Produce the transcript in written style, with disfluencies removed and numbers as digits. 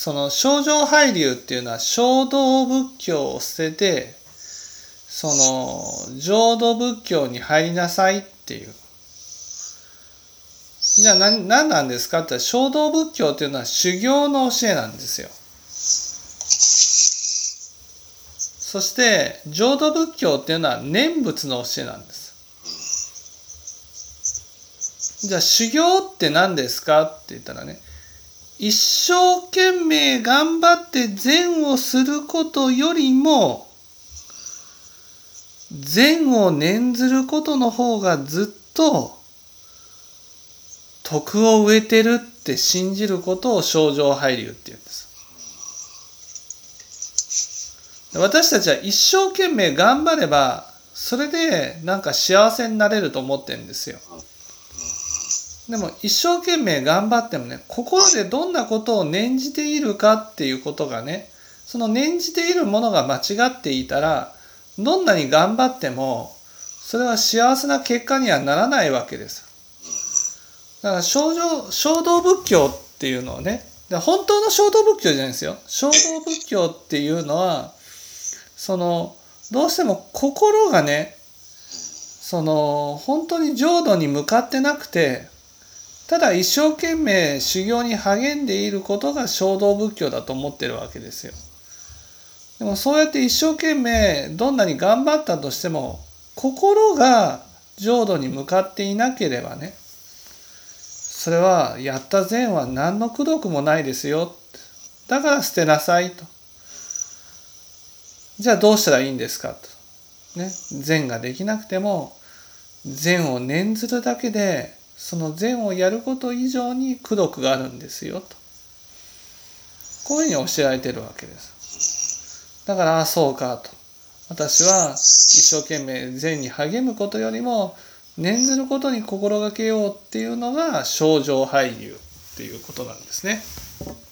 その清浄拝流っていうのは衝動仏教を捨てて、その浄土仏教に入りなさいっていう。じゃあ何なんですかって言ったら、衝動仏教っていうのは修行の教えなんですよ。そして浄土仏教っていうのは念仏の教えなんです。じゃあ修行って何ですかって言ったらね、一生懸命頑張って善をすることよりも善を念ずることの方がずっと徳を植えてるって信じることを清浄拝流って言うんです。私たちは一生懸命頑張ればそれでなんか幸せになれると思ってるんですよ。でも一生懸命頑張ってもね、心でどんなことを念じているかっていうことがね、その念じているものが間違っていたら、どんなに頑張ってもそれは幸せな結果にはならないわけです。だから衝動仏教っていうのはね、本当の衝動仏教じゃないですよ。衝動仏教っていうのはそのどうしても心がね、その本当に浄土に向かってなくて、ただ一生懸命修行に励んでいることが衝動仏教だと思ってるわけですよ。でもそうやって一生懸命どんなに頑張ったとしても、心が浄土に向かっていなければね、それはやった善は何の功徳もないですよ。だから捨てなさいと。じゃあどうしたらいいんですかと。ね、善ができなくても善を念ずるだけで、その善をやること以上に功徳があるんですよと。こういうふうに教えられているわけです。だからそうかと。私は一生懸命善に励むことよりも念ずることに心がけようっていうのが清浄拝流っていうことなんですね。